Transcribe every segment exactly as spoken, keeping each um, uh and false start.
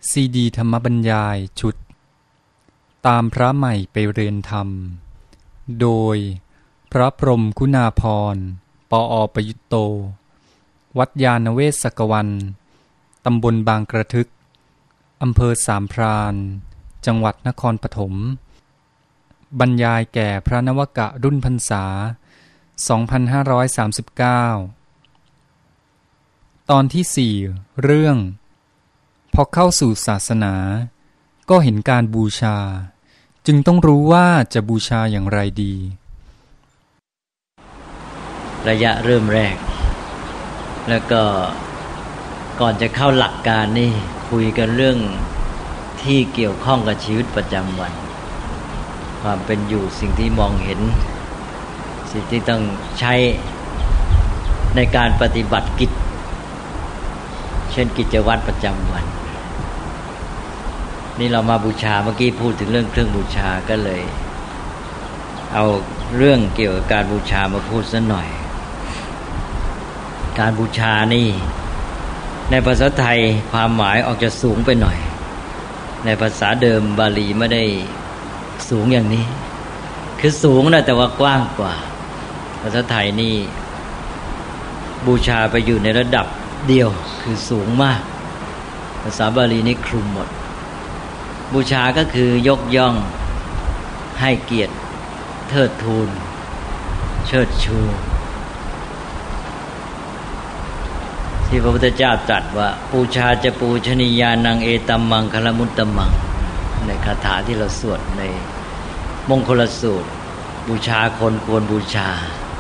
ซีดีธรรมบรรยายชุดตามพระใหม่ไปเรียนธรรมโดยพระพรหมคุณาภรณ์ ปอ.ประยุตโต วัดยานเวศกวันตำบลบางกระทึกอำเภอสามพรานจังหวัดนครปฐมบรรยายแก่พระนวกะรุ่นพรรษา สองพันห้าร้อยสามสิบเก้า ตอนที่สี่ เรื่องพอเข้าสู่ศาสนาก็เห็นการบูชาจึงต้องรู้ว่าจะบูชาอย่างไรดีระยะเริ่มแรกแล้วก็ก่อนจะเข้าหลักการนี่คุยกันเรื่องที่เกี่ยวข้องกับชีวิตประจำวันความเป็นอยู่สิ่งที่มองเห็นสิ่งที่ต้องใช้ในการปฏิบัติกิจเช่นกิจวัตรประจำวันนี่เรามาบูชาเมื่อกี้พูดถึงเรื่องเครื่องบูชาก็เลยเอาเรื่องเกี่ยวกับการบูชามาพูดสักหน่อยการบูชานี่ในภาษาไทยความหมายออกจะสูงไปหน่อยในภาษาเดิมบาลีไม่ได้สูงอย่างนี้คือสูงนะแต่ว่ากว้างกว่าภาษาไทยนี่บูชาไปอยู่ในระดับเดียวคือสูงมากภาษาบาลีนี่คลุมหมดบูชาก็คือยกย่องให้เกียรติเทิดทูนเชิดชูที่พระพุทธเจ้าตรัสว่าปูชาจะปูชนียานังเอตัมมังคลมุตตมังในคาถาที่เราสวดในมงคลสูตรบูชาคนควรบูชา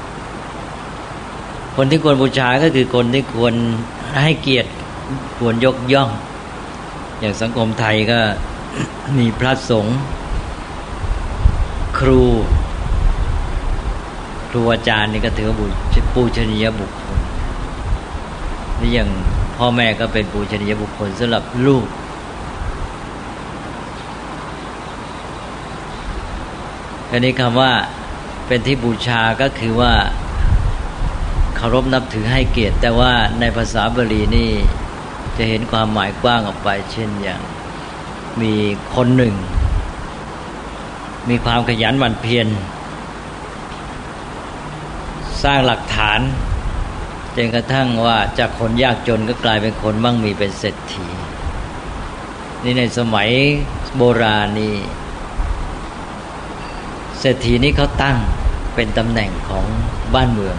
คนที่ควรบูชาก็คือคนที่ควรให้เกียรติควรยกย่องอย่างสังคมไทยก็มีพระสงฆ์ครูครูอาจารย์นี่ก็ถือว่าปูชนียบุคคลนี่อย่างพ่อแม่ก็เป็นปูชนียบุคคลสำหรับลูกอันนี้คำว่าเป็นที่บูชาก็คือว่าเคารพนับถือให้เกียรติแต่ว่าในภาษาบาลีนี่จะเห็นความหมายกว้างออกไปเช่นอย่างมีคนหนึ่งมีความขยันหมั่นเพียรสร้างหลักฐานจนกระทั่งว่าจากคนยากจนก็กลายเป็นคนมั่งมีเป็นเศรษฐีนี่ในสมัยโบราณนี่เศรษฐีนี่เขาตั้งเป็นตำแหน่งของบ้านเมือง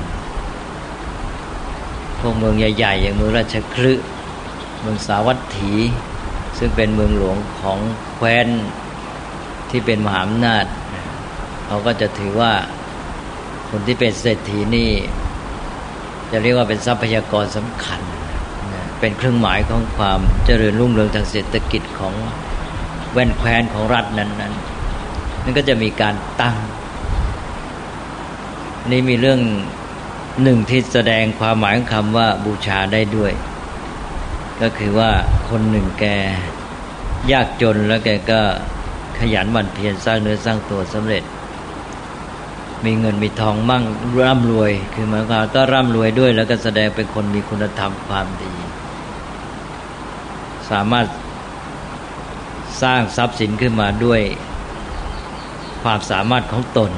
พวกเมืองใหญ่ๆอย่างเมืองราชคฤห์เมืองสาวัตถีซึ่งเป็นเมืองหลวงของแคว้นที่เป็นมหาอำนาจเขาก็จะถือว่าคนที่เป็นเศรษฐีนี่จะเรียกว่าเป็นทรัพยากรสำคัญเป็นเครื่องหมายของความเจริญรุ่งเรืองทางเศรษฐกิจของแว่นแคว้นของรัฐนั้นๆนั่นก็จะมีการตั้งนี่มีเรื่องหนึ่งที่แสดงความหมายของคำว่าบูชาได้ด้วยก็คือว่าคนหนึ่งแกยากจนแล้วแกก็ขยันหมั่นเพียรสร้างเนื้อสร้างตัวสำเร็จมีเงินมีทองมั่งร่ำรวยคือหมายความก็ร่ำรวยด้วยแล้วก็แสดงเป็นคนมีคุณธรรมความดีสามารถสร้างทรัพย์สินขึ้นมาด้วยความสามารถของตน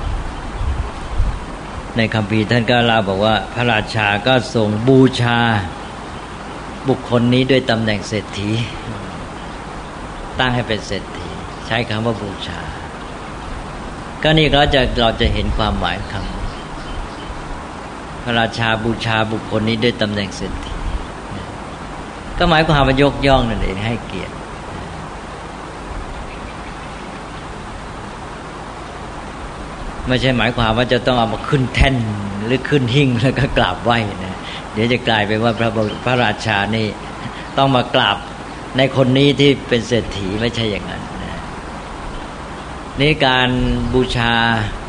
ในคัมภีร์ท่านก็เล่าบอกว่าพระราชาก็ทรงบูชาบุคคลนี้ด้วยตำแหน่งเศรษฐีตั้งให้เป็นเศรษฐีใช้คำว่าบูชาก็นี่เราจะเราจะเห็นความหมายคำพระราชาบูชาบุคคลนี้ด้วยตำแหน่งเศรษฐีก็หมายความว่ายกย่องนั่นเองให้เกียรติไม่ใช่หมายความว่าจะต้องเอามาขึ้นแท่นหรือขึ้นหิ้งแล้วก็กราบไหว้นะเดี๋ยวจะกลายเป็นว่าพระพระราชานี่ต้องมากราบในคนนี้ที่เป็นเศรษฐีไม่ใช่อย่างนั้นนะนี่การบูชา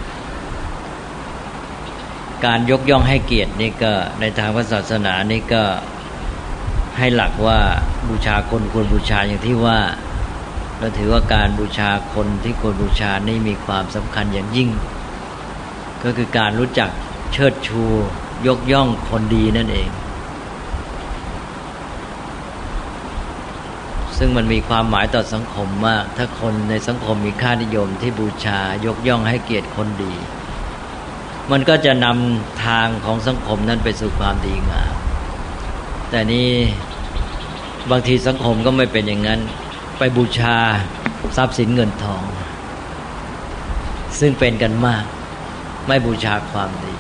การยกย่องให้เกียรตินี่ก็ในทางพระศาสนานี่ก็ให้หลักว่าบูชาคนควรบูชาอย่างที่ว่าเราถือว่าการบูชาคนที่ควรบูชานี่มีความสำคัญอย่างยิ่งก็คือการรู้จักเชิดชูยกย่องคนดีนั่นเองซึ่งมันมีความหมายต่อสังคมมากถ้าคนในสังคมมีค่านิยมที่บูชายกย่องให้เกียรติคนดีมันก็จะนำทางของสังคมนั้นไปสู่ความดีงามแต่นี้บางทีสังคมก็ไม่เป็นอย่างนั้นไปบูชาทรัพย์สินเงินทองซึ่งเป็นกันมากไม่บูชาความดี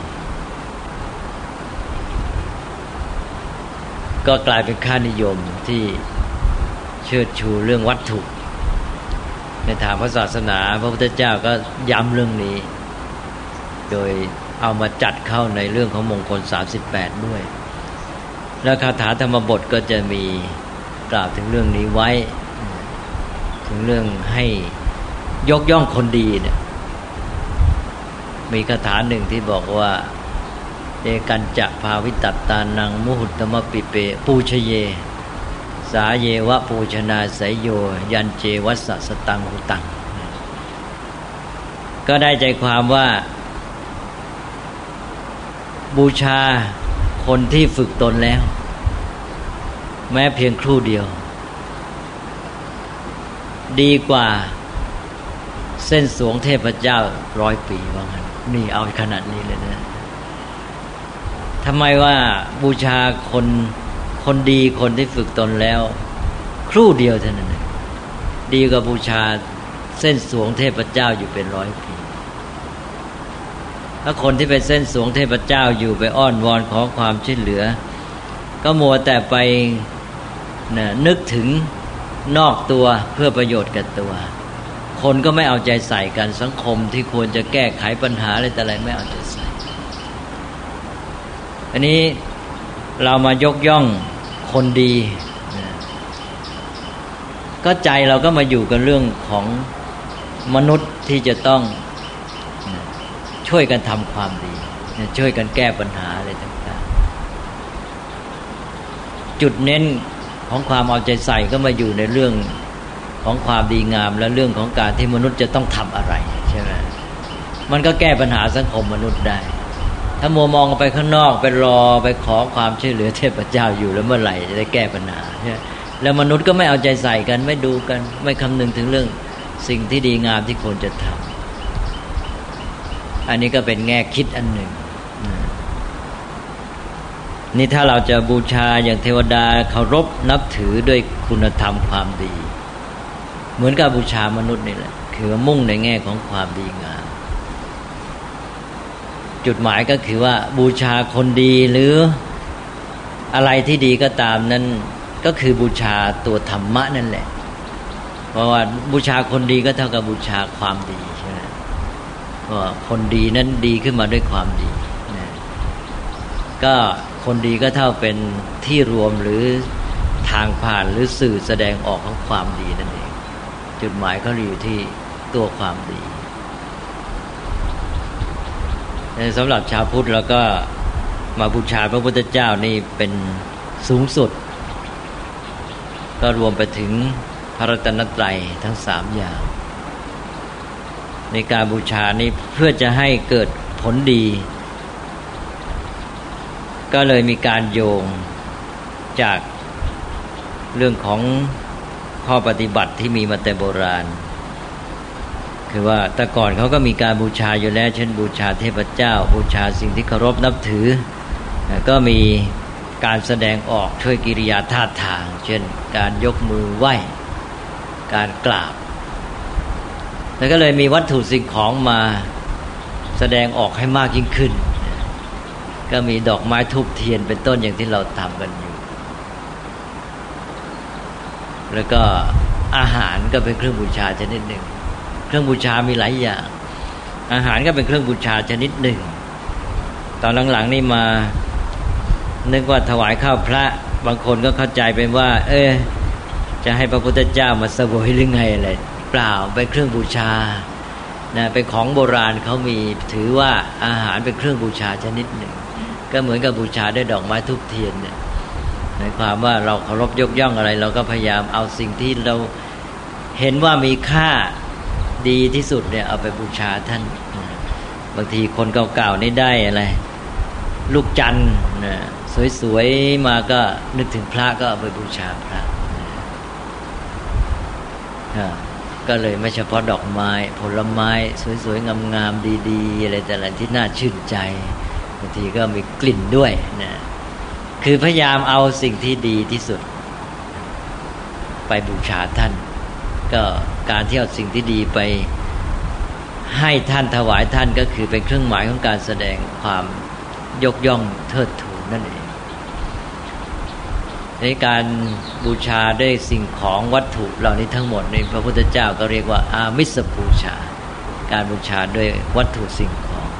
ก็กลายเป็นค่านิยมที่เชิดชูเรื่องวัตถุในทางพระศาสนาพระพุทธเจ้าก็ย้ำเรื่องนี้โดยเอามาจัดเข้าในเรื่องของมงคลสามสิบแปดด้วยและคาถาธรรมบทก็จะมีกล่าวถึงเรื่องนี้ไว้ถึงเรื่องให้ยกย่องคนดีเนี่ยมีคาถาหนึ่งที่บอกว่าเอกันจะภาวิตัตตานังมุหุตตมปิเปปูชเยสาเยวะปูชนาไสยโยยันเจวัสสตังหุตังก็ได้ใจความว่าบูชาคนที่ฝึกตนแล้วแม้เพียงครู่เดียวดีกว่าเส้นสวงเทพเจ้าร้อยปีว่างั้นนี่เอาขนาดนี้เลยนะทำไมว่าบูชาคนคนดีคนที่ฝึกตนแล้วครู่เดียวเท่านั้นดีกว่าบูชาเส้นสวงเทพเจ้าอยู่เป็นร้อยปีถ้าคนที่เป็นเส้นสวงเทพเจ้าอยู่ไปอ้อนวอนขอความช่วยเหลือก็มัวแต่ไปนะนึกถึงนอกตัวเพื่อประโยชน์กับตัวคนก็ไม่เอาใจใส่กันสังคมที่ควรจะแก้ไขปัญหาอะไรแต่อะไรไม่เอาใจใส่อันนี้เรามายกย่องคนดีนะก็ใจเราก็มาอยู่กับเรื่องของมนุษย์ที่จะต้องนะช่วยกันทำความดีนะช่วยกันแก้ปัญหาอะไรต่างๆจุดเน้นของความเอาใจใส่ก็มาอยู่ในเรื่องของความดีงามและเรื่องของการที่มนุษย์จะต้องทำอะไรใช่ไหมมันก็แก้ปัญหาสังคมมนุษย์ได้ถ้ามัวมองไปข้างนอกไปรอไปขอความช่วยเหลือเทพเจ้าอยู่แล้วเมื่อไหร่จะได้แก้ปัญหาใช่ไหมแล้วมนุษย์ก็ไม่เอาใจใส่กันไม่ดูกันไม่คำนึงถึงเรื่องสิ่งที่ดีงามที่ควรจะทำอันนี้ก็เป็นแง่คิดอันหนึ่งนี่ถ้าเราจะบูชาอย่างเทวดาเคารพนับถือด้วยคุณธรรมความดีเหมือนกับบูชามนุษย์นี่แหละคือมุ่งในแง่ของความดีงามจุดหมายก็คือว่าบูชาคนดีหรืออะไรที่ดีก็ตามนั้นก็คือบูชาตัวธรรมะนั่นแหละเพราะว่าบูชาคนดีก็เท่ากับบูชาความดีใช่ไหมเพราะคนดีนั้นดีขึ้นมาด้วยความดีนะก็คนดีก็เท่าเป็นที่รวมหรือทางผ่านหรือสื่อแสดงออกของความดีนั่นเองจุดหมายเขาอยู่ที่ตัวความดีสำหรับชาวพุทธเราก็มาบูชาพระพุทธเจ้านี่เป็นสูงสุดก็รวมไปถึงพระรัตนตรัยทั้งสามอย่างในการบูชานี้เพื่อจะให้เกิดผลดีก็เลยมีการโยงจากเรื่องของข้อปฏิบัติที่มีมาแต่โบราณคือว่าแต่ก่อนเขาก็มีการบูชาอยู่แล้วเช่นบูชาเทพเจ้าบูชาสิ่งที่เคารพนับถือก็มีการแสดงออกช่วยกิริยาท่าทางเช่นการยกมือไหว้การกราบแล้วก็เลยมีวัตถุสิ่งของมาแสดงออกให้มากยิ่งขึ้นก็มีดอกไม้ธูปเทียนเป็นต้นอย่างที่เราทำกันอยู่แล้วก็อาหารก็เป็นเครื่องบูชาชนิดหนึ่งเครื่องบูชามีหลายอย่างอาหารก็เป็นเครื่องบูชาชนิดหนึ่งตอนหลังๆนี่มานึกว่าถวายข้าวพระบางคนก็เข้าใจเป็นว่าเออจะให้พระพุทธเจ้ามาเสวยหรือไงอะไรเปล่าเป็นเครื่องบูชานะเป็นของโบราณเขามีถือว่าอาหารเป็นเครื่องบูชาชนิดหนึ่งก็เหมือนกับบูชาด้วยดอกไม้ธูปเทียนเนี่ยในความว่าเราเคารพยกย่องอะไรเราก็พยายามเอาสิ่งที่เราเห็นว่ามีค่าดีที่สุดเนี่ยเอาไปบูชาท่านบางทีคนเก่าๆนี่ได้อะไรลูกจันทร์สวยๆมาก็นึกถึงพระก็เอาไปบูชาพระก็เลยไม่เฉพาะดอกไม้ผลไม้สวยๆงามๆดีๆอะไรแต่ละที่น่าชื่นใจบางทีก็มีกลิ่นด้วยนะคือพยายามเอาสิ่งที่ดีที่สุดไปบูชาท่านก็การที่เอาสิ่งที่ดีไปให้ท่านถวายท่านก็คือเป็นเครื่องหมายของการแสดงความยกย่องเทิดทูนนั่นเองในการบูชาด้วยสิ่งของวัตถุเหล่านี้ทั้งหมดในพระพุทธเจ้าก็เรียกว่าอามิสบูชาการบูชาด้วยวัตถุสิ่งของ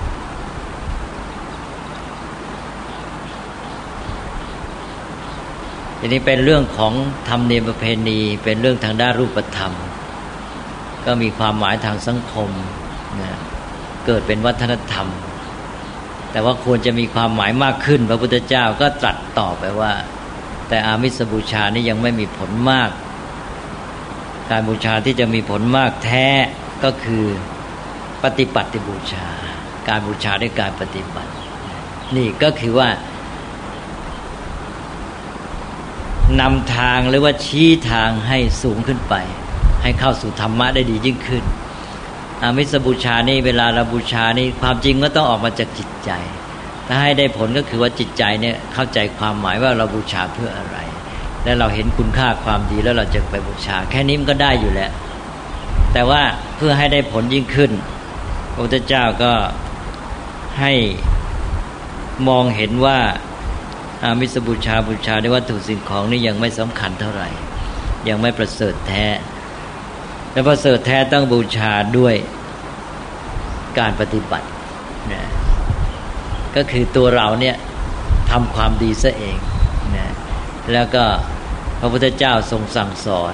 ทีนี้เป็นเรื่องของธรรมเนียมประเพณีเป็นเรื่องทางด้านรูปธรรมก็มีความหมายทางสังคมนะเกิดเป็นวัฒนธรรมแต่ว่าควรจะมีความหมายมากขึ้นพระพุทธเจ้าก็ตรัสต่อไปว่าแต่อามิสบูชานี่ยังไม่มีผลมากการบูชาที่จะมีผลมากแท้ก็คือปฏิปัติบูชาการบูชาด้วยการปฏิบัตินี่ก็คือว่านำทางหรือว่าชี้ทางให้สูงขึ้นไปให้เข้าสู่ธรรมะได้ดียิ่งขึ้นอามิสบูชานี่เวลาเราบูชานี่ความจริงก็ต้องออกมาจากจิตใจถ้าให้ได้ผลก็คือว่าจิตใจเนี่ยเข้าใจความหมายว่าเราบูชาเพื่ออะไรและเราเห็นคุณค่าความดีแล้วเราจะไปบูชาแค่นี้มันก็ได้อยู่แล้วแต่ว่าเพื่อให้ได้ผลยิ่งขึ้นพระพุทธเจ้าก็ให้มองเห็นว่าอามิสบูชาบูชาด้วยวัตถุสิ่งของนี่ยังไม่สำคัญเท่าไหร่ยังไม่ประเสริฐแท้และประเสริฐแท้ต้องบูชาด้วยการปฏิบัตินะก็คือตัวเราเนี่ยทำความดีซะเองนะแล้วก็พระพุทธเจ้าทรงสั่งสอน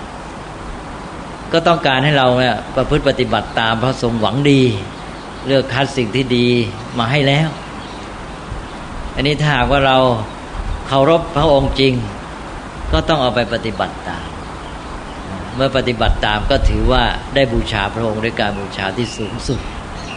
ก็ต้องการให้เราเนี่ยประพฤติปฏิบัติตามเพราะทรงหวังดีเลือกคัดสิ่งที่ดีมาให้แล้วอันนี้ถ้าหากว่าเราเคารพพระองค์จริงก็ต้องเอาไปปฏิบัติตามเมื่อปฏิบัติตามก็ถือว่าได้บูชาพระองค์ด้วยการบูชาที่สูงสุด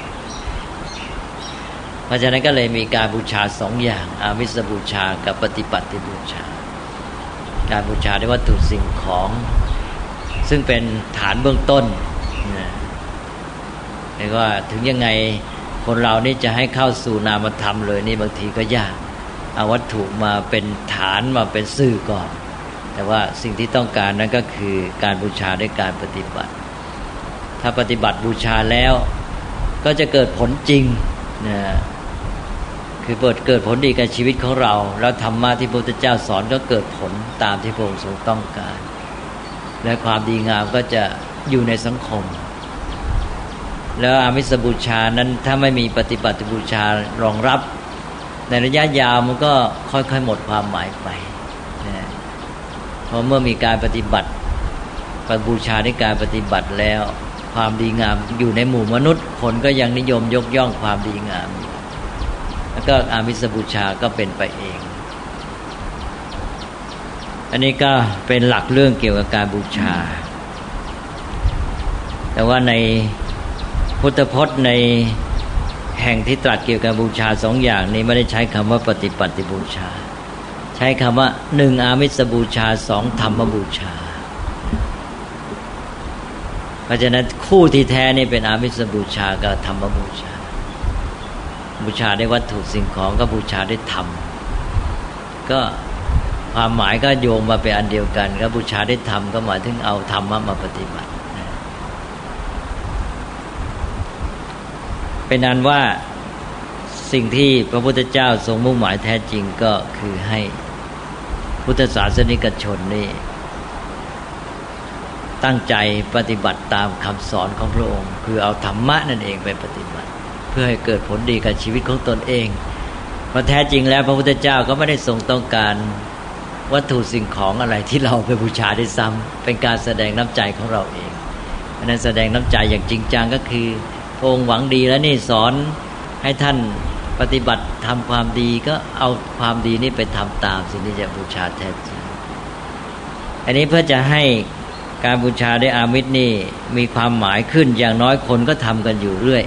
เพราะฉะนั้นก็เลยมีการบูชาสองอย่างอามิสบูชากับปฏิปัติบูชาการบูชาด้วยวัตถุสิ่งของซึ่งเป็นฐานเบื้องต้นนะเรียกว่าถึงยังไงคนเรานี่จะให้เข้าสู่นามธรรมเลยนี่บางทีก็ยากเอาวัตถุมาเป็นฐานมาเป็นสื่อก่อนแต่ว่าสิ่งที่ต้องการนั้นก็คือการบูชาด้วยการปฏิบัติถ้าปฏิบัติบูชาแล้วก็จะเกิดผลจริงนะคือเปิดเกิดผลดีกับชีวิตของเราแล้วธรรมะที่พระพุทธเจ้าสอนก็เกิดผลตามที่พระองค์ทรงต้องการและความดีงามก็จะอยู่ในสังคมแล้วอามิสบูชานั้นถ้าไม่มีปฏิบัติบูชารองรับในระยะยาวมันก็ค่อยๆหมดความหมายไปนะเพราะเมื่อมีการปฏิบัติบูชาในการปฏิบัติแล้วความดีงามอยู่ในหมู่มนุษย์คนก็ยังนิยมยกย่องความดีงามแล้วก็อามิสบูชาก็เป็นไปเองอันนี้ก็เป็นหลักเรื่องเกี่ยวกับการบูชาแต่ว่าในพุทธพจน์ในแห่งที่ตรัสเกี่ยวกับบูชาสองอย่างนี้ไม่ได้ใช้คำว่าปฏิปัติบูชาใช้คำว่าหนึ่งอามิสบูชาสองธรรมบูชาเพราะฉะนั้นคู่ที่แท้นี่เป็นอามิสบูชากับธรรมบูชาบูชาด้วยวัตถุสิ่งของก็บูชาด้วยธรรมก็ความหมายก็โยงมาเป็นอันเดียวกันก็บูชาด้วยธรรมก็หมายถึงเอาธรรมะมาปฏิบัติเป็นอันว่าสิ่งที่พระพุทธเจ้าทรงมุ่งหมายแท้จริงก็คือให้พุทธศาสนิกชนนี่ตั้งใจปฏิบัติตามคำสอนของพระองค์คือเอาธรรมะนั่นเองไปปฏิบัติเพื่อให้เกิดผลดีกับชีวิตของตนเองเพราะแท้จริงแล้วพระพุทธเจ้าก็ไม่ได้ทรงต้องการวัตถุสิ่งของอะไรที่เราไปบูชาได้ซ้ำเป็นการแสดงน้ำใจของเราเองอันนั้นแสดงน้ำใจอย่างจริงจังก็คือพระองค์หวังดีแล้วนี่สอนให้ท่านปฏิบัติทำความดีก็เอาความดีนี้ไปทำตามสิ่งที่จะบูชาแท้จริงอันนี้เพื่อจะให้การบูชาด้วยอามิสนี่มีความหมายขึ้นอย่างน้อยคนก็ทำกันอยู่เรื่อย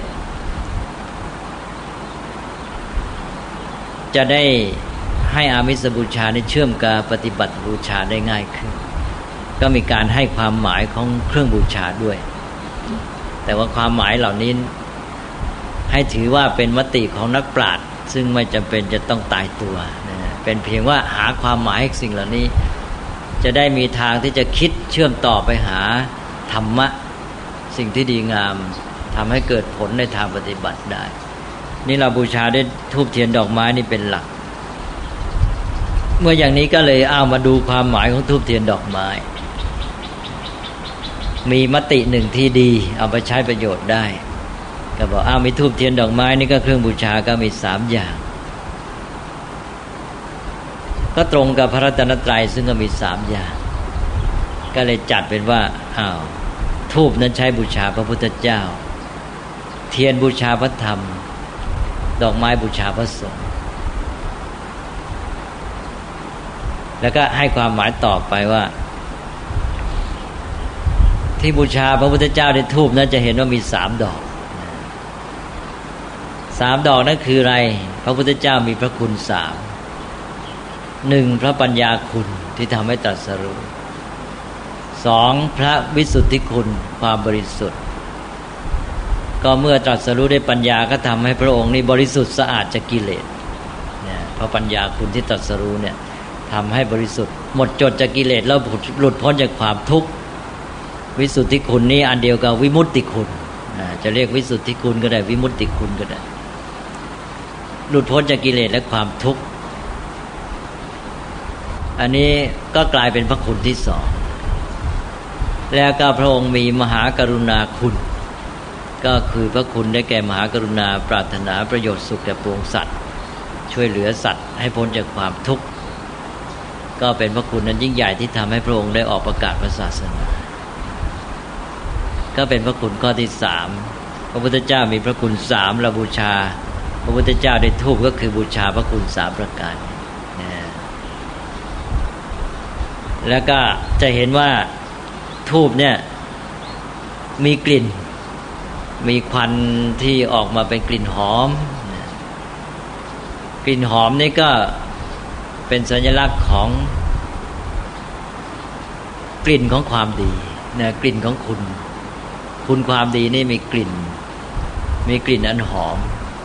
จะได้ให้อามิสบูชานี่เชื่อมกับปฏิบัติบูชาได้ง่ายขึ้นก็มีการให้ความหมายของเครื่องบูชาด้วยแต่ว่าความหมายเหล่านี้ให้ถือว่าเป็นมติของนักปราชญ์ซึ่งไม่จำเป็นจะต้องตายตัวนะเป็นเพียงว่าหาความหมายให้สิ่งเหล่านี้จะได้มีทางที่จะคิดเชื่อมต่อไปหาธรรมะสิ่งที่ดีงามทำให้เกิดผลในทางปฏิบัติได้นี่เราบูชาด้วยธูปเทียนดอกไม้นี่เป็นหลักเมื่ออย่างนี้ก็เลยเอามาดูความหมายของธูปเทียนดอกไม้มีมติหนึ่งที่ดีเอาไปใช้ประโยชน์ได้ก็บอกอ้าวมีธูปเทียนดอกไม้นี่ก็เครื่องบูชาก็มีสามอย่างก็ตรงกับพระรัตนตรัยซึ่งก็มีสามอย่างก็เลยจัดเป็นว่าอ้าวธูปนั้นใช้บูชาพระพุทธเจ้าเทียนบูชาพระธรรมดอกไม้บูชาพระสงฆ์แล้วก็ให้ความหมายต่อไปว่าที่บูชาพระพุทธเจ้าในธูปนั้นจะเห็นว่ามีสามดอกสามดอกนั่นคืออะไรพระพุทธเจ้ามีพระคุณสามหนึ่งพระปัญญาคุณที่ทำให้ตรัสรู้สองพระวิสุทธิคุณความบริสุทธิ์ก็เมื่อตรัสรู้ด้วยปัญญาก็ทำให้พระองค์นี้บริสุทธิ์สะอาดจากกิเลสเนี่ยเพราะปัญญาคุณที่ตรัสรู้เนี่ยทำให้บริสุทธิ์หมดจดจากกิเลสแล้วหลุดพ้นจากความทุกข์วิสุทธิคุณนี้อันเดียวกับวิมุตติคุณจะเรียกวิสุทธิคุณก็ได้วิมุตติคุณก็ได้หลุดพ้นจากกิเลสและความทุกข์อันนี้ก็กลายเป็นพระคุณที่สองแล้วก็พระองค์มีมหากรุณาคุณก็คือพระคุณได้แก่มหากรุณาปรารถนาประโยชน์สุขแก่ปวงสัตว์ช่วยเหลือสัตว์ให้พ้นจากความทุกข์ก็เป็นพระคุณนั้นยิ่งใหญ่ที่ทำให้พระองค์ได้ออกประกาศพระศาสนาก็เป็นพระคุณข้อที่สามพระพุทธเจ้ามีพระคุณสามเราบูชาพระพุทธเจ้าได้ธูปก็คือบูชาพระคุณสามประการนะแล้วก็จะเห็นว่าธูปเนี่ยมีกลิ่นมีควันที่ออกมาเป็นกลิ่นหอมกลิ่นหอมนี่ก็เป็นสัญลักษณ์ของกลิ่นของความดีนะกลิ่นของคุณคุณความดีนี่มีกลิ่นมีกลิ่นอันหอม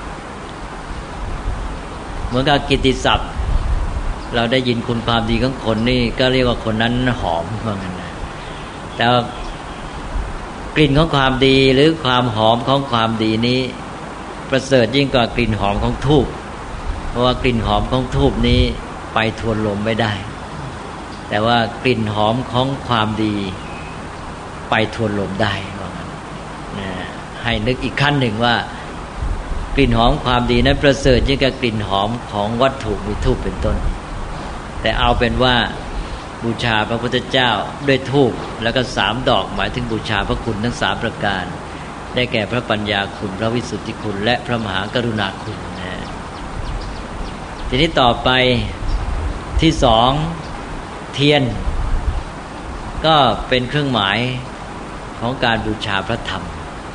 เหมือนกับกิตติศัพท์เราได้ยินคุณความดีของคนนี่ก็เรียกว่าคนนั้นหอมเหมือนกันนะแต่กลิ่นของความดีหรือความหอมของความดีนี้ประเสริฐยิ่งกว่ากลิ่นหอมของธูปเพราะว่ากลิ่นหอมของธูปนี้ไปทวนลมไม่ได้แต่ว่ากลิ่นหอมของความดีไปทวนลมได้ว่างั้นนะให้นึกอีกขั้นหนึ่งว่ากลิ่นหอมความดีนั้นประเสริฐยิ่งกว่ากลิ่นหอมของวัตถุมีธูปเป็นต้นแต่เอาเป็นว่าบูชาพระพุทธเจ้าด้วยธูปแล้วก็สามดอกหมายถึงบูชาพระคุณทั้งสามประการได้แก่พระปัญญาคุณพระวิสุทธิคุณและพระมหากรุณาคุณนะทีนี้ต่อไปที่สองเทียนก็เป็นเครื่องหมายของการบูชาพระธรรม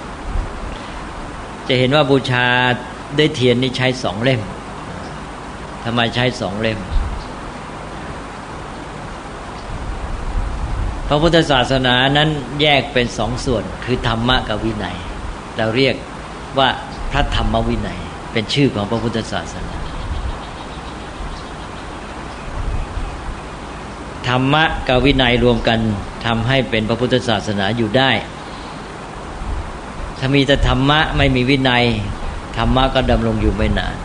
จะเห็นว่าบูชาด้วยเทียนนี่ใช้สองเล่มทำไมใช้สองเล่มพระพุทธศาสนานั้นแยกเป็นสองส่วนคือธรรมะกับวินัยเราเรียกว่าพระธรรมวินัยเป็นชื่อของพระพุทธศาสนาธรรมะกับวินัยรวมกันทำให้เป็นพระพุทธศาสนาอยู่ได้ถ้ามีแต่ธรรมะไม่มีวินัยธรรมะก็ดำรงอยู่ไม่นาน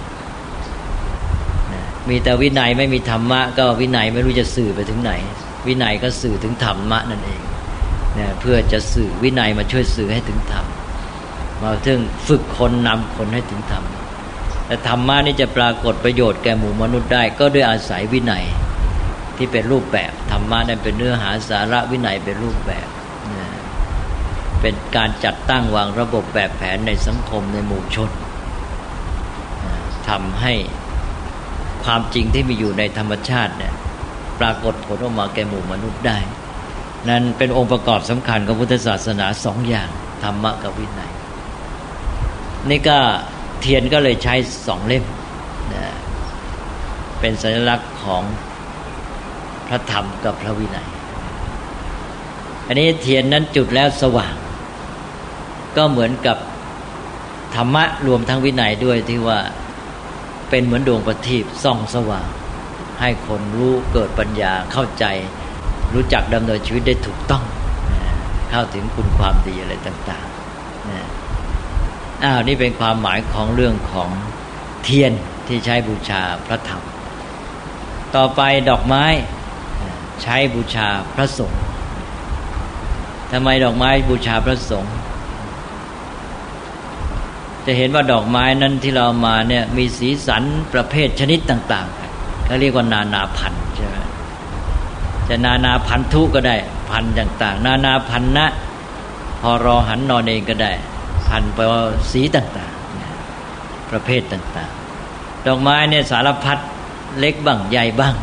มีแต่วินัยไม่มีธรรมะก็วินัยไม่รู้จะสื่อไปถึงไหนวินัยก็สื่อถึงธรรมะนั่นเองเนี่ยเพื่อจะสื่อวินัยมาช่วยสื่อให้ถึงธรรมมาถึงฝึกคนนำคนให้ถึงธรรมแต่ธรรมะนี่จะปรากฏประโยชน์แก่หมู่มนุษย์ได้ก็ด้วยอาศัยวินัยที่เป็นรูปแบบธรรมะนั้นเป็นเนื้อหาสาระวินัยเป็นรูปแบบเป็นการจัดตั้งวางระบบแบบแผนในสังคมในหมู่ชนทำให้ความจริงที่มีอยู่ในธรรมชาติเนี่ยปรากฏผลออกมาแก่หมู่มนุษย์ได้นั้นเป็นองค์ประกอบสำคัญของพุทธศาสนาสองอย่างธรรมะกับวินัยนี่ก็เทียนก็เลยใช้สองเล่มนะเป็นสัญลักษณ์ของพระธรรมกับพระวินัยอันนี้เทียนนั้นจุดแล้วสว่างก็เหมือนกับธรรมะรวมทั้งวินัยด้วยที่ว่าเป็นเหมือนดวงประทีปส่องสว่างให้คนรู้เกิดปัญญาเข้าใจรู้จักดำเนินชีวิตได้ถูกต้องเข้าถึงคุณความดีอะไรต่างๆนะอ้าวนี่เป็นความหมายของเรื่องของเทียนที่ใช้บูชาพระธรรมต่อไปดอกไม้ใช้บูชาพระสงฆ์ทำไมดอกไม้บูชาพระสงฆ์จะเห็นว่าดอกไม้นั้นที่เรามาเนี่ยมีสีสันประเภทชนิดต่างๆเขาเรียกว่านานาพันธุ์ใช่ไหมจะนานาพันธุก็ได้พันธุ์ต่างๆนานาพันนะพอรอหันนอนเองก็ได้พันธุ์แปลว่าสีต่างๆประเภทต่างๆดอกไม้เนี่ยสารพัดเล็กบ้างใหญ่บ้าง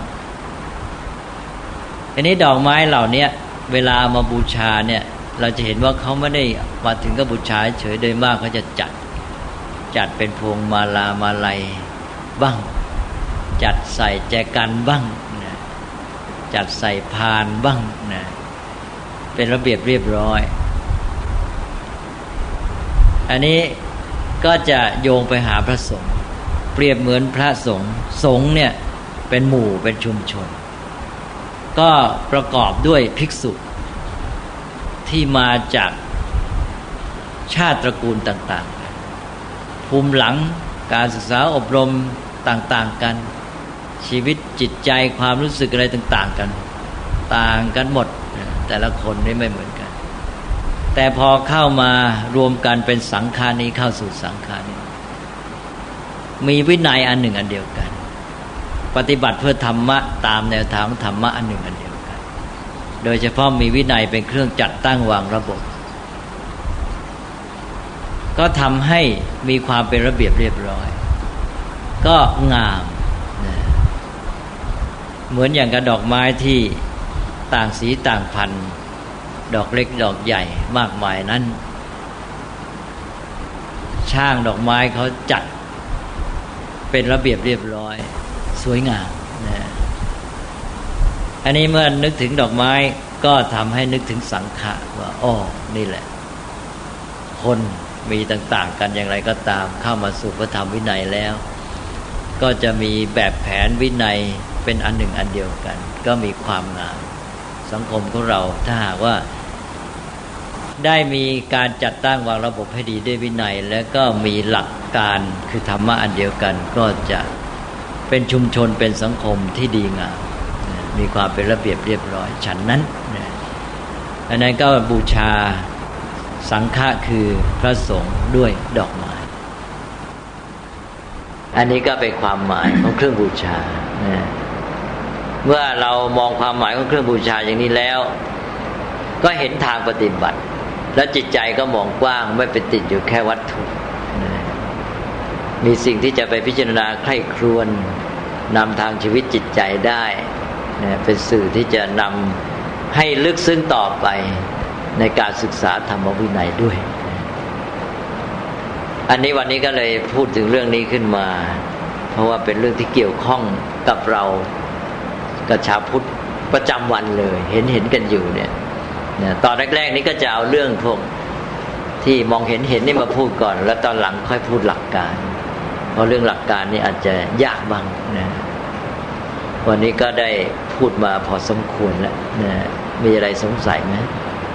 ทีนี้ดอกไม้เหล่านี้เวลามาบูชาเนี่ยเราจะเห็นว่าเขาไม่ได้มาถึงก็บูชาเฉยโดยมากเขาจะจัดจัดเป็นพวงมาลามาลัยบ้างจัดใส่แจกันบ้างนะจัดใส่พานบ้างนะเป็นระเบียบเรียบร้อยอันนี้ก็จะโยงไปหาพระสงฆ์เปรียบเหมือนพระสงฆ์สงฆ์เนี่ยเป็นหมู่เป็นชุมชนก็ประกอบด้วยภิกษุที่มาจากชาติตระกูลต่างๆภูมิหลังการศึกษาอบรมต่างๆกันชีวิตจิตใจความรู้สึกอะไรต่างๆกันต่างกันหมดแต่ละคนนี่ไม่เหมือนกันแต่พอเข้ามารวมกันเป็นสังฆานี้เข้าสู่สังฆานี้มีวินัยอันหนึ่งอันเดียวกันปฏิบัติเพื่อธรรมะตามแนวทางธรรมะอันหนึ่งอันเดียวกันโดยเฉพาะมีวินัยเป็นเครื่องจัดตั้งวางระบบก็ทำให้มีความเป็นระเบียบเรียบร้อยก็งามนะเหมือนอย่างกับดอกไม้ที่ต่างสีต่างพันธุ์ดอกเล็กดอกใหญ่มากมายนั้นช่างดอกไม้เขาจัดเป็นระเบียบเรียบร้อยสวยงามนะอันนี้เมื่อนึกถึงดอกไม้ก็ทำให้นึกถึงสังฆะว่าอ้อนี่แหละคนมีต่างๆกันอย่างไรก็ตามเข้ามาสู่พระธรรมวินัยแล้วก็จะมีแบบแผนวินัยเป็นอันหนึ่งอันเดียวกันก็มีความงามสังคมของเราถ้าหากว่าได้มีการจัดตั้งวางระบบให้ดีด้วยวินัยแล้วก็มีหลักการคือธรรมะอันเดียวกันก็จะเป็นชุมชนเป็นสังคมที่ดีงามมีความเป็นระเบียบเรียบร้อยฉันนั้นอันนั้นก็บูชาสังฆะคือพระสงฆ์ด้วยดอกไม้อันนี้ก็เป็นความหมายของเครื่องบูชาเมื่อเรามองความหมายของเครื่องบูชาอย่างนี้แล้วก็เห็นทางปฏิบัติและจิตใจก็มองกว้างไม่ไปติดอยู่แค่วัตถุมีสิ่งที่จะไปพิจารณาใคร่ครวญนำทางชีวิตจิตใจได้เป็นสื่อที่จะนำให้ลึกซึ้งต่อไปในการศึกษาธรรมวินัยด้วยอันนี้วันนี้ก็เลยพูดถึงเรื่องนี้ขึ้นมาเพราะว่าเป็นเรื่องที่เกี่ยวข้องกับเรากับชาวพุทธประจำวันเลยเห็นเห็นกันอยู่เนี่ยตอนแรกๆนี้ก็จะเอาเรื่องพวกที่มองเห็นเห็นนี่มาพูดก่อนแล้วตอนหลังค่อยพูดหลักการเพราะเรื่องหลักการนี่อาจจะยากบ้างนะวันนี้ก็ได้พูดมาพอสมควรแล้วนะมีอะไรสงสัยไหม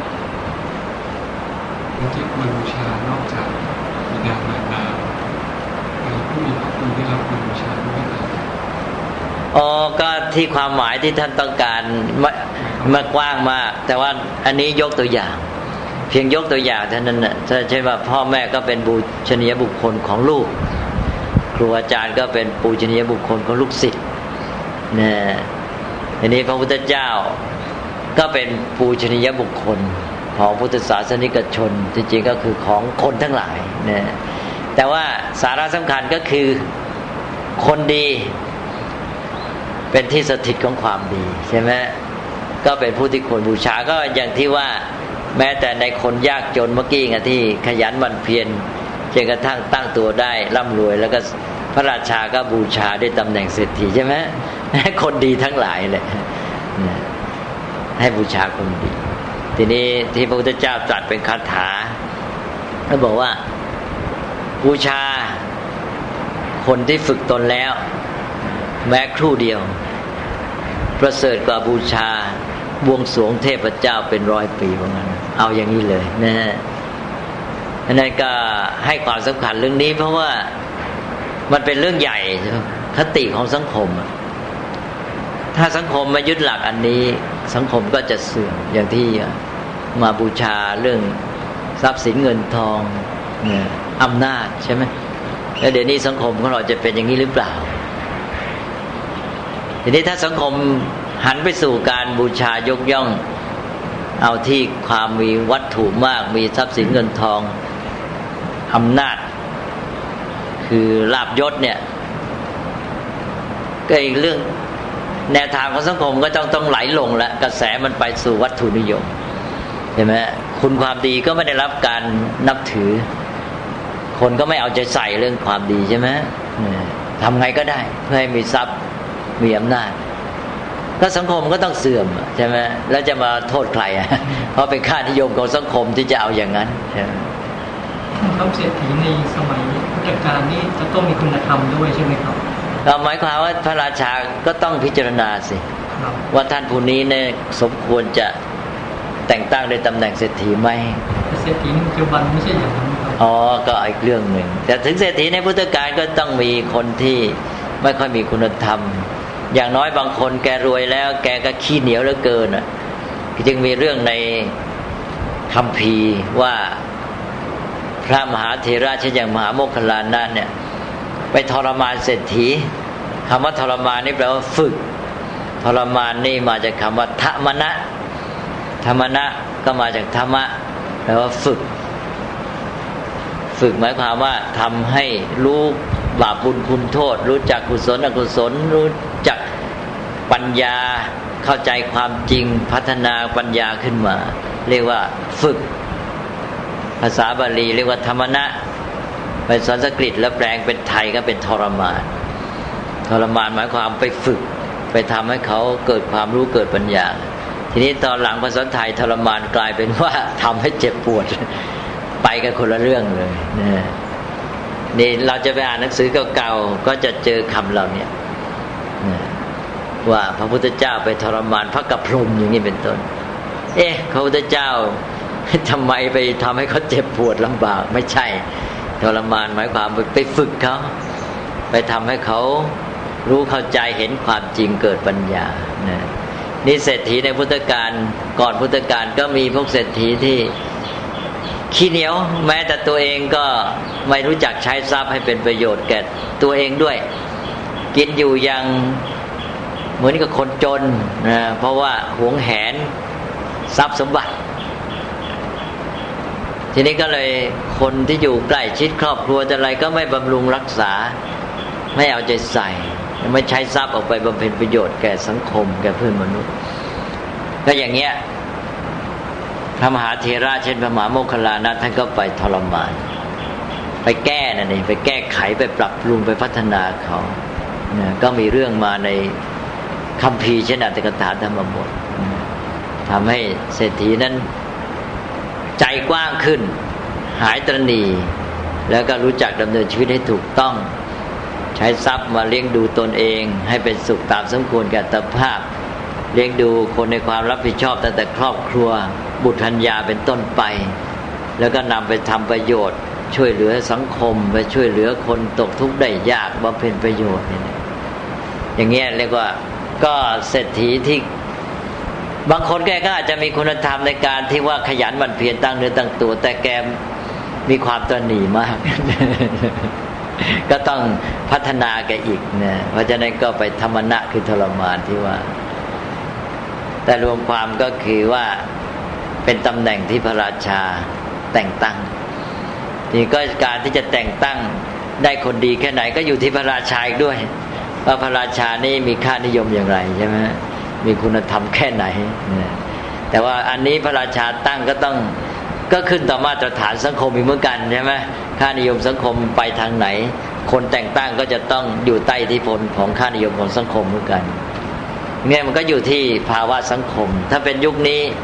ที่ควรบูชานอกจากบิดามารดาอะไรผู้มีพระคุณที่เราควรบูชาด้วยกันอ๋อก็ที่ความหมายที่ท่านต้องการมามากว้างมากแต่ว่าอันนี้ยกตัวอย่างเพียงยกตัวอย่างเท่านั้นน่ะใช่ว่าพ่อแม่ก็เป็นบูชนียบุคคลของลูกครูอาจารย์ก็เป็นปูชนียบุคคลของลูกศิษย์นะทีนี้พระพุทธเจ้าก็เป็นปูชนียบุคคลของพุทธศาสนิกชนจริงๆก็คือของคนทั้งหลายนะแต่ว่าสาระสำคัญก็คือคนดีเป็นที่สถิตของความดีใช่ไหมก็เป็นผู้ที่ควรบูชาก็อย่างที่ว่าแม้แต่ในคนยากจนเมื่อกี้ไงที่ขยันหมั่นเพียรจนกระทั่งตั้งตัวได้ร่ำรวยแล้วก็พระราชาก็บูชาด้วยตำแหน่งเศรษฐีใช่ไหมคนดีทั้งหลายเลยให้บูชาคนดีทีทีนี้ที่พระพุทธเจ้าตรัสเป็นคาถาท่านบอกว่าบูชาคนที่ฝึกตนแล้วแม้ครู่เดียวประเสริฐกว่าบูชาบวงสรวงเทพเจ้าเป็นร้อยปีว่างั้นเอาอย่างนี้เลยนะฮะนั่นก็ให้ความสำคัญเรื่องนี้เพราะว่ามันเป็นเรื่องใหญ่คติของสังคมถ้าสังคมไม่ยึดหลักอันนี้สังคมก็จะเสื่อมอย่างที่มาบูชาเรื่องทรัพย์สินเงินทองเนี่ยอำนาจใช่ไหมแล้วเดี๋ยวนี้สังคมของเราจะเป็นอย่างนี้หรือเปล่าทีนี้ถ้าสังคมหันไปสู่การบูชายกย่องเอาที่ความมีวัตถุมากมีทรัพย์สินเงินทองอำนาจคือลาภยศเนี่ยก็อีกเรื่องแนวทางของสังคมก็ต้องต้องไหลลงแล้วกระแสมันไปสู่วัตถุนิยมใช่ไหมคุณความดีก็ไม่ได้รับการนับถือคนก็ไม่เอาใจใส่เรื่องความดีใช่ไหมทำไงก็ได้เพื่อให้มีทรัพย์มีอำนาจก็สังคมก็ต้องเสื่อมใช่ไหมแล้วจะมาโทษใครอ่ะเพราะเป็นค่านิยมของสังคมที่จะเอาอย่างนั้นใช่ไหมครับเศรษฐีในสมัยพุทธกาลนี่จะต้องมีคุณธรรมด้วยใช่ไหมครับเราหมายความว่าพระราชาก็ต้องพิจารณาสิว่าท่านผู้นี้เนี่ยสมควรจะแต่งตั้งในตำแหน่งเศรษฐีไหมเศรษฐีในปัจจุบันไม่ใช่อย่างนั้นครับอ๋อก็อีกเรื่องหนึ่งแต่ถึงเศรษฐีในพุทธกาลก็ต้องมีคนที่ไม่ค่อยมีคุณธรรมอย่างน้อยบางคนแกรวยแล้วแกก็ขี้เหนียวเหลือเกินอ่ะจึงมีเรื่องในคัมภีร์ว่าพระมหาเถระเช่นอย่างมหาโมคคัลลานะเนี่ยไปทรมานเศรษฐีคำว่าทรมานนี่แปลว่าฝึกทรมานนี่มาจากคำว่าธรรมนะธรรมนะก็มาจากธรรมะแปลว่าฝึกฝึกหมายความว่าทำให้รู้บาปบุญคุณโทษรู้จักกุศลอกุศลรู้จักปัญญาเข้าใจความจริงพัฒนาปัญญาขึ้นมาเรียกว่าฝึกภาษาบาลีเรียกว่าธรรมนะเป็นสันสกฤตแล้วแปลงเป็นไทยก็เป็นทรมานทรมานหมายความไปฝึกไปทำให้เขาเกิดความรู้เกิดปัญญาทีนี้ตอนหลังภาษาไทยทรมานกลายเป็นว่าทำให้เจ็บปวดไปกันคนละเรื่องเลยนะนี่เราจะไปอ่านหนังสือเก่าๆก็จะเจอคำเหล่านี้ว่าพระพุทธเจ้าไปทรมานพระกัปพรหมอย่างนี้เป็นต้นเอ๊ะพระพุทธเจ้าทำไมไปทำให้เขาเจ็บปวดลำบากไม่ใช่ทรมานหมายความไปฝึกเขาไปทำให้เขารู้เข้าใจเห็นความจริงเกิดปัญญานะนี่เศรษฐีในพุทธกาลก่อนพุทธกาลก็มีพวกเศรษฐีที่ขี้เหนียวแม้แต่ตัวเองก็ไม่รู้จักใช้ทรัพย์ให้เป็นประโยชน์แก่ตัวเองด้วยกินอยู่อย่างเหมือนกับคนจนนะเพราะว่าหวงแหนทรัพย์สมบัติทีนี้ก็เลยคนที่อยู่ใกล้ชิดครอบครัวอะไรก็ไม่บำรุงรักษาไม่เอาใจใส่ไม่ใช้ทรัพย์ออกไปบำเพ็ญประโยชน์แก่สังคมแก่เพื่อนมนุษย์ก็อย่างเงี้ยพระมหาเถระเช่นพระมหาโมคคัลลานะท่านก็ไปทรมานไปแก้นั่นเองไปแก้ไขไปปรับปรุงไปพัฒนาเขาเนี่ยก็มีเรื่องมาในคัมภีร์เช่นอัตถกถาธรรมบททำให้เศรษฐีนั้นใจกว้างขึ้นหายตระหนี่แล้วก็รู้จักดำเนินชีวิตให้ถูกต้องใช้ทรัพย์มาเลี้ยงดูตนเองให้เป็นสุขตามสมควรแก่อัตภาพเลี้ยงดูคนในความรับผิดชอบตั้งแต่ครอบครัวบุตรภรรยาเป็นต้นไปแล้วก็นำไปทำประโยชน์ช่วยเหลือสังคมไปช่วยเหลือคนตกทุกข์ได้ยากบำเพ็ญประโยชน์อย่างเงี้ยเรียกว่าก็เศรษฐีที่บางคนแกก็อาจจะมีคุณธรรมในการที่ว่าขยันหมั่นเพียรตั้งเนื้อตั้งตัวแต่แกมีความตระหนี่มาก ก็ต้องพัฒนาแกอีกนะเพราะฉะนั้นก็ไปธรรมนะคือทรมานที่ว่าแต่รวมความก็คือว่าเป็นตำแหน่งที่พระราชาแต่งตั้งนี่ก็การที่จะแต่งตั้งได้คนดีแค่ไหนก็อยู่ที่พระราชาอีกด้วยว่าพระราชานี่มีค่านิยมอย่างไรใช่ไหมมีคุณธรรมแค่ไหนแต่ว่าอันนี้พระราชาตั้งก็ต้องก็ขึ้นต่อมาตรฐานสังคมอีกเหมือนกันใช่ไหมค่านิยมสังคมไปทางไหนคนแต่งตั้งก็จะต้องอยู่ใต้อิทธิพลของค่านิยมของสังคมเหมือนกันเนี่ยมันก็อยู่ที่ภาวะสังคมถ้าเป็นยุคนี้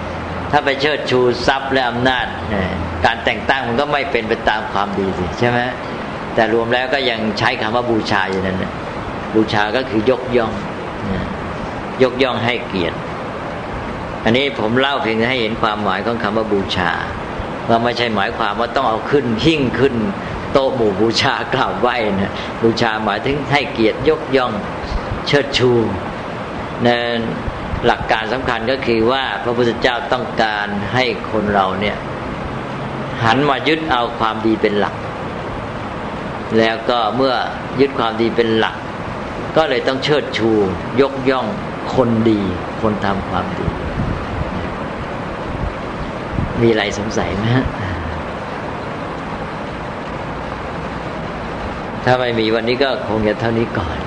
ถ้าไปเชิดชูทรัพย์และอำนาจการแต่งตั้งมันก็ไม่เป็นไปตามความดีสิใช่ไหมแต่รวมแล้วก็ยังใช้คำว่าบูชาอยู่นั่นแหละบูชาก็คือยกย่องยกย่องให้เกียรติอันนี้ผมเล่าเพียงให้เห็นความหมายของคำว่าบูชาว่าไม่ใช่หมายความว่าต้องเอาขึ้นหิ้งขึ้นโต๊ะหมู่บูชากราบไหว้นะบูชาหมายถึงให้เกียรติยกย่องเชิดชูในหลักการสำคัญก็คือว่าพระพุทธเจ้าต้องการให้คนเราเนี่ยหันมายึดเอาความดีเป็นหลักแล้วก็เมื่อยึดความดีเป็นหลักก็เลยต้องเชิดชูยกย่องคนดีคนทำความดีมีอะไรสงสัยไหมฮะถ้าไม่มีวันนี้ก็คงจะเท่านี้ก่อน